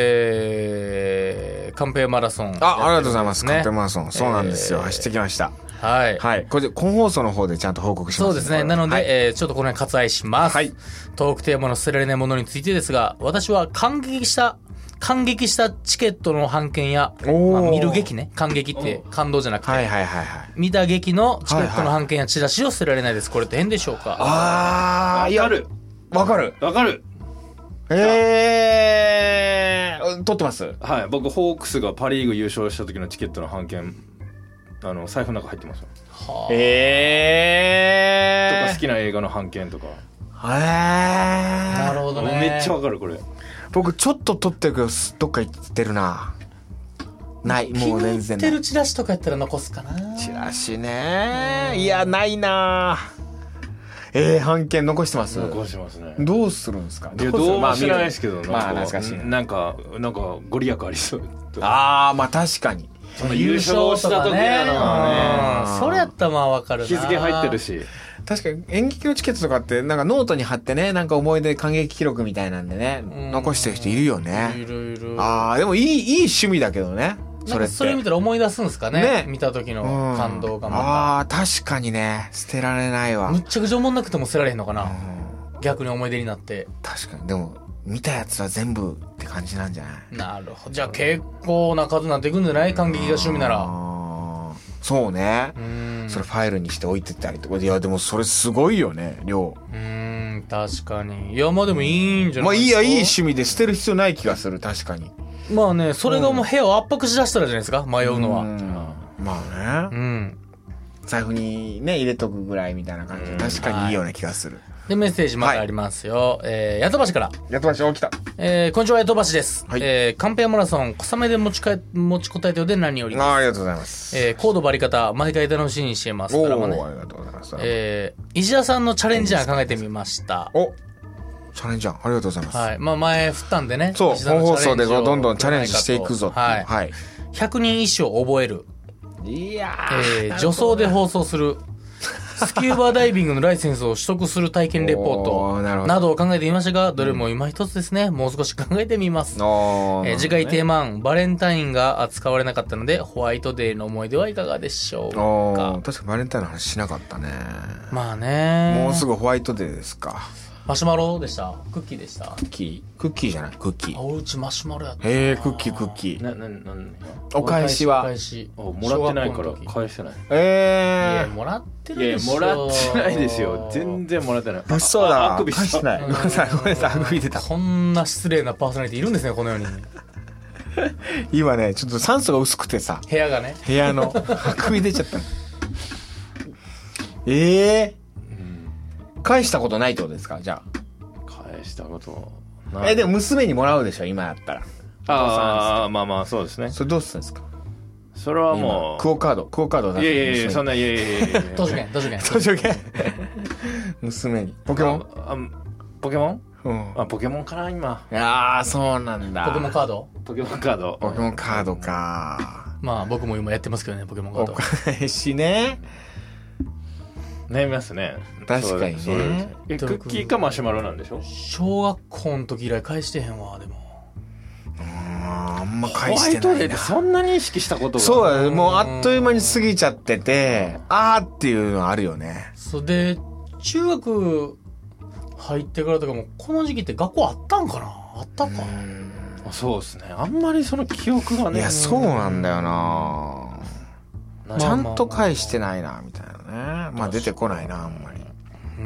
えー、カンペマラソン、ね、 あ、ありがとうございます。カンペマラソン、そうなんですよ。えー、走ってきました。 はい。 はい。これ、本放送の方でちゃんと報告します、ね。 そうですね。なので、はい、えー、ちょっとこの辺割愛します。 はい。 トークテーマの捨てられないものについてですが、私は感激した、感激したチケットの半券や、まあ、見る劇ね。感激って感動じゃなくて。 はいはいはいはい。 見た劇のチケットの半券やチラシを捨てられないです。これって変でしょうか？ あー、 わかる。 わかる。 わかる。 えー、撮ってます。 はい。僕、ホークスがパリーグ優勝した時のチケットの半券、あの、財布の中入ってますよ。 はえー。 とか好きな映画の半券とか。 へー。 なるほどね。 めっちゃわかる、これ。 僕、ちょっと撮ってるけど、どっか行ってるな。ない、もう全然ない。 気に入ってるチラシとかやったら残すかな。 チラシね。いや、ないな。えー、半券残してます。 残してますね。 どうするんですか？ いや、どうも知らないですけど、 まあ、懐かしい。 なんか、なんか、ご利益ありそう。 あー、まあ確かに。 その優勝した時なのはね。それやったらまあわかるな。 日付入ってるし。 確かに演劇のチケットとかってなんかノートに貼ってね、なんか思い出感激記録みたいなんでね、残してる人いるよね。 いるいる。 ああ、でもいい、いい趣味だけどね。それって。 それ見たら思い出すんですかね。ね、見た時の感動がまた。 ああ、確かにね、捨てられないわ。 むっちゃくちゃ思んなくても捨てられへんのかな。逆に思い出になって。 確かに。でも、見たやつは全部って感じなんじゃない？ なるほど。じゃあ結構な数になっていくんじゃない？感激が趣味なら。 そうね。それファイルにして置いてたりとか。いや、でもそれすごいよね、量。 うーん、確かに。いや、まあでもいいんじゃないですか。 まあいいや、いい趣味で捨てる必要ない気がする、確かに。 まあね、それがもう部屋を圧迫しだしたらじゃないですか、迷うのは。 まあね。うん。財布にね、入れとくぐらいみたいな感じで、確かにいいような気がする。 で、メッセージまだありますよ。はい、えー、やとばしから。 やとばし、お、来た。 えー、こんにちは、やとばしです。はい、えー、カンペアマラソン、小雨で持ちかえ、持ちこたえてようで何よりです。 ああ、ありがとうございます。 えー、コードバリ方、毎回楽しみにしていますからもね。 おー、ありがとうございます。 えー、石田さんのチャレンジャー考えてみました。 お、チャレンジャー、ありがとうございます。 はい。まあ、前振ったんでね。 そう、本放送でどんどんチャレンジしていくぞっていう。はい。はい。 ひゃくにん一首を覚える。 いやー。えー、女装で放送する。スキューバーダイビングのライセンスを取得する体験レポートなどを考えてみましたが、どれも今一つですね。もう少し考えてみます。えー、次回テーマ案、バレンタインが扱われなかったので、ホワイトデーの思い出はいかがでしょうか。 確かバレンタインの話しなかったね。 まあね。 もうすぐホワイトデーですか。 マシュマロでした？クッキーでした？ クッキークッキーじゃないクッキー。 あ、おうちマシュマロやった。 へえ、クッキークッキー。 な、な、な、 お返しは。 お返し。 もらってないから返してない。 ええ。 いや、もらってるでしょ。 いや、もらってないですよ。全然もらってない。 あ、そうだ。 あくびしてない。ごめんなさい、ごめんなさい、あくび出た。 こんな失礼なパーソナリティいるんですね、この世に。 今ねちょっと酸素が薄くてさ部屋がね部屋のあくび出ちゃったのええー、返したことないってことですか？じゃあ返したことない。えでも娘にもらうでしょ今やったら。 ああまあまあそうですね。 それどうするんですか？ それはもうクオカードクオカード出す。いやいやいやそんないやいやいや図書券図書券図書券娘にポケモンああポケモン、 うん、 あポケモンかな今。 いやーそうなんだ。 ポケモンカードポケモンカードポケモンカードか。 まあ僕も今やってますけどねポケモンカード。 お返しね。 悩みますね。 確かにね。 えクッキーかマシュマロなんでしょ？ 小学校の時以来返してへんわでも。 あんま返してないな。 ホワイトデーってそんなに意識したことが。 そうだね。もうあっという間に過ぎちゃってて、あーっていうのあるよね。 それで中学入ってからとかもこの時期って学校あったんかなあったか。 そうですね。あんまりその記憶がね。 いやそうなんだよな。ちゃんと返してないなみたいなね。まあ出てこないなあんまり。 うん。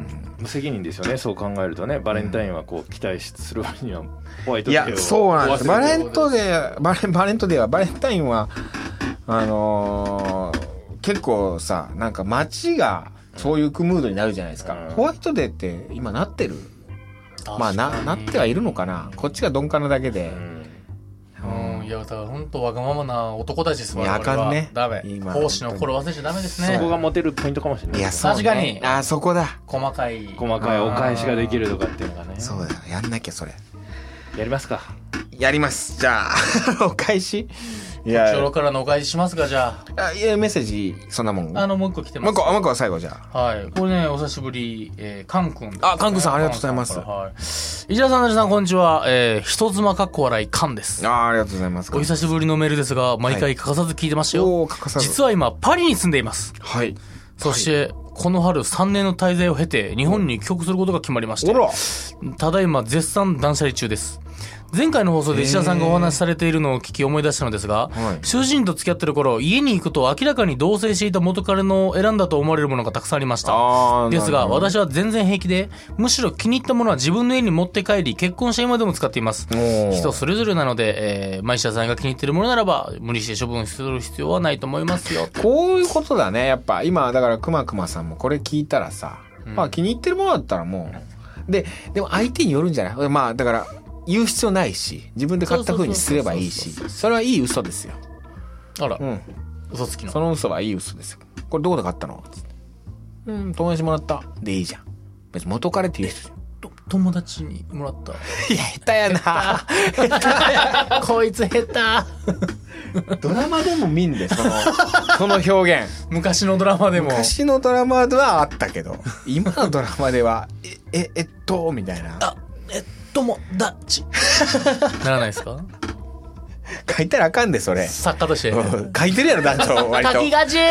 無責任ですよね。そう考えるとね。バレンタインはこう期待する割にはホワイトデーを。 ーいやそうなんです。バレントデーバレバレントデーはバレンタインはあのー、結構さなんか街がそういうムードになるじゃないですか。うん、ホワイトデーって今なってる。まあななってはいるのかな。こっちが鈍感なだけで。うんうん、いやだから本当わがままな男たちですわ。 いやあかんね。 ダメ。奉仕の頃忘れちゃダメですね。 そこがモテるポイントかもしれない。 いやそうね、確かに。 あそこだ。 細かい細かいお返しができるとかっていうのがね。 そうだよ。やんなきゃそれ。 やりますか。 やります。じゃあお返し。 いや。こちらからのお返ししますかじゃあ。 あいやメッセージそんなもん。 あのもう一個来てます。 もう一個もう一個は最後じゃあ。 はい。これねお久しぶり、えー、カン君です、ね。 あカン君さんありがとうございます。 はい。石田さん、なじさんこんにちは。えー、人妻かっこ笑いカンです。 あありがとうございます。 お久しぶりのメールですが毎回欠かさず聞いてましたよ。はい、お欠かさず。実は今パリに住んでいます。 はい。 そして、はい、この春さんねんの滞在を経て日本に帰国することが決まりまして、うん、ただいま絶賛断捨離中です。前回の放送で石田さんがお話しされているのを聞き思い出したのですが、はい、主人と付き合ってる頃家に行くと明らかに同棲していた元彼の選んだと思われるものがたくさんありました。ですが私は全然平気で、むしろ気に入ったものは自分の家に持って帰り結婚した今でも使っています。人それぞれなので、えー、まあ、石田さんが気に入っているものならば無理して処分する必要はないと思いますよ。 こういうことだね。やっぱ今だからくまくまさんもこれ聞いたらさ、うん、まあ気に入ってるものだったらもうででも相手によるんじゃない。まあだから言う必要ないし自分で買った風にすればいいし、それはいい嘘ですよ。 あら、 うん、 嘘つきのその嘘はいい嘘ですよ。これどこで買ったのつって、うん友達もらったでいいじゃん。別に元彼って言う人友達にもらった。 いや下手やな下手こいつ下手ドラマでも見んでそのその表現。 昔のドラマでも昔のドラマではあったけど今のドラマではえええっとみたいな。 あえっ友達ならないですか。 書いたらあかんでそれ作家として、 うん、書いてるやろ団長割と書きがち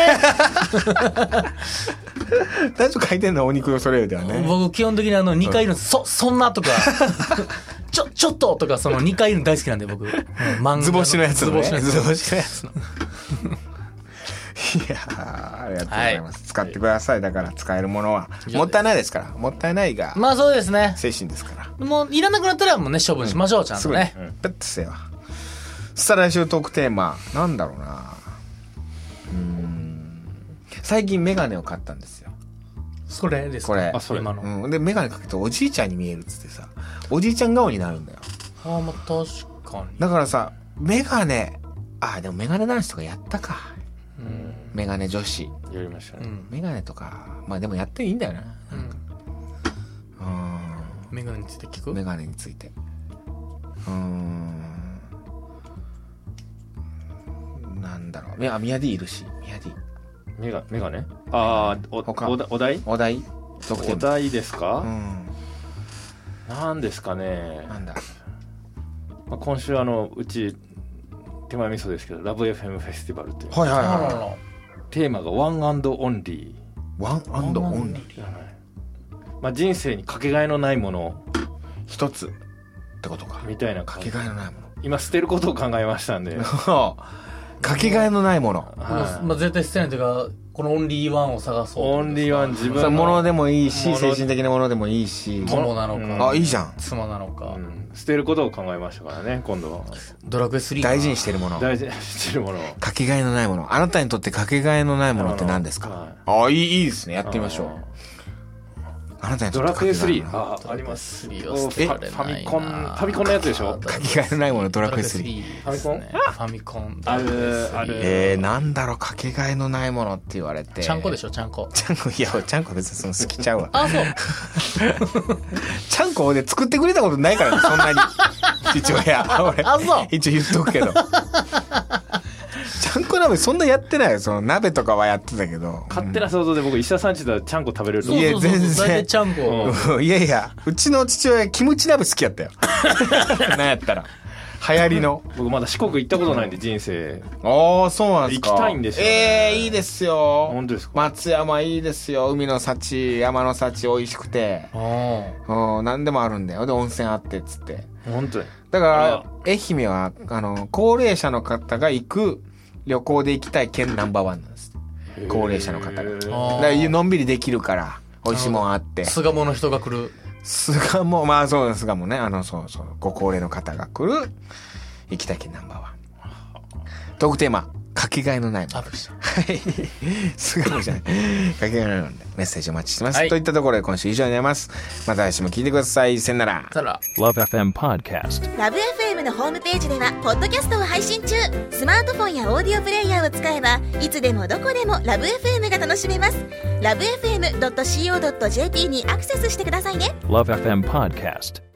団長書いてんのお肉のそれよではね。 僕基本的にあのにかいいるんです、うん、そそんなとかちょちょっととかそのにかいいるの大好きなんで僕、うん、漫画図星のやつの、ね、 図星のやつのいやーありがとうございます、はい、使ってください。だから使えるものはもったいないですから。もったいないがまあそうですね精神ですから。 もういらなくなったらもうね処分しましょう、うん、ちゃんとね、 うん、ペッとせえわ。さあ来週トークテーマなんだろうな。うーん最近メガネを買ったんですよ。 それですか。 これあそれ今の、 うん、でメガネかけておじいちゃんに見えるっつってさおじいちゃん顔になるんだよ。 ああまあ確かに。 だからさメガネあでもメガネ男子とかやったか。うん、メガネ女子やりましたね、うん、 メガネとかまあでもやっていいんだよな、うん、うんメガネについて聞く。 メガネについてうーんなんだろう。いやミヤディいるしミヤディメガメガネああおお題お題お題ですか、 うん、 なんですかね。 なんだ、 まあ、今週あのうち手前味噌ですけどラブ エフエム フェスティバルという、 はいはいはい、 テーマがワンアンドオンリー。ワンアンドオンリー、 まあ、人生にかけがえのないもの一つってことかみたいなかけがえのないもの。 今捨てることを考えましたんでかけがえのないもの。 はい、まあ、絶対捨てないというか、このオンリーワンを探そう。 オンリーワン自分のものでもいいし、精神的なものでもいいし。 友なのか、うん、あ、いいじゃん。 妻なのか、 うん。捨てることを考えましたからね、今度は。 ドラクエスリー。 大事にしてるもの。 大事にしてるもの。 かけがえのないもの。あなたにとってかけがえのないものって何ですか？はい、あ、いい、いいですね。やってみましょう。あなたにとってドラクエスリー。あ、あります。 え、 ファミコン、ファミコンのやつでしょ？ かけがえのないもの、ドラクエスリー。 ファミコン？ファミコン。 ある、ある。 えー、なんだろう、かけがえのないものって言われて。 ちゃんこでしょ、ちゃんこ。 ちゃんこ、いや、ちゃんこ別にその好きちゃうわ。 あ、そう。 ちゃんこで作ってくれたことないからね、そんなに。父親。俺。 あ、そう。 一応言っとくけど。ちゃんこ鍋そんなやってないよ。その鍋とかはやってたけど。 勝手な想像で僕石田さんちだとちゃんこ食べれると思う。いや、全然。大体ちゃんこ。いやいや、うちの父親キムチ鍋好きやったよ。なんやったら。流行りの。 僕まだ四国行ったことないんで人生。 ああ、そうなんですか。 行きたいんですよ、ね。 ええー、いいですよ。 本当ですか。 松山いいですよ。海の幸、山の幸美味しくて。うん、何でもあるんだよ。で、温泉あってっつって。 本当に。 だから、愛媛は、あの、高齢者の方が行く、旅行で行きたい県ナンバーワンなんです。高齢者の方が。だからのんびりできるから、美味しいもんあって。 巣鴨の人が来る。 巣鴨、まあそうです、巣鴨ね。あの、そうそう、ご高齢の方が来る、行きたい県ナンバーワン。トークテーマ、かけがえのないもの。はい。巣鴨じゃない。かけがえのないものでメッセージお待ちしてます。はい、といったところで今週以上になります。また来週も聞いてください。さよなら。 さよなら。 Love エフエム Podcast。 ラブ エフエム のホームページではポッドキャストを配信中。スマートフォンやオーディオプレイヤーを使えばいつでもどこでもラブ エフエム が楽しめます。ラブエフエムドットシーオードットジェーピー にアクセスしてくださいね。 Love エフエム Podcast。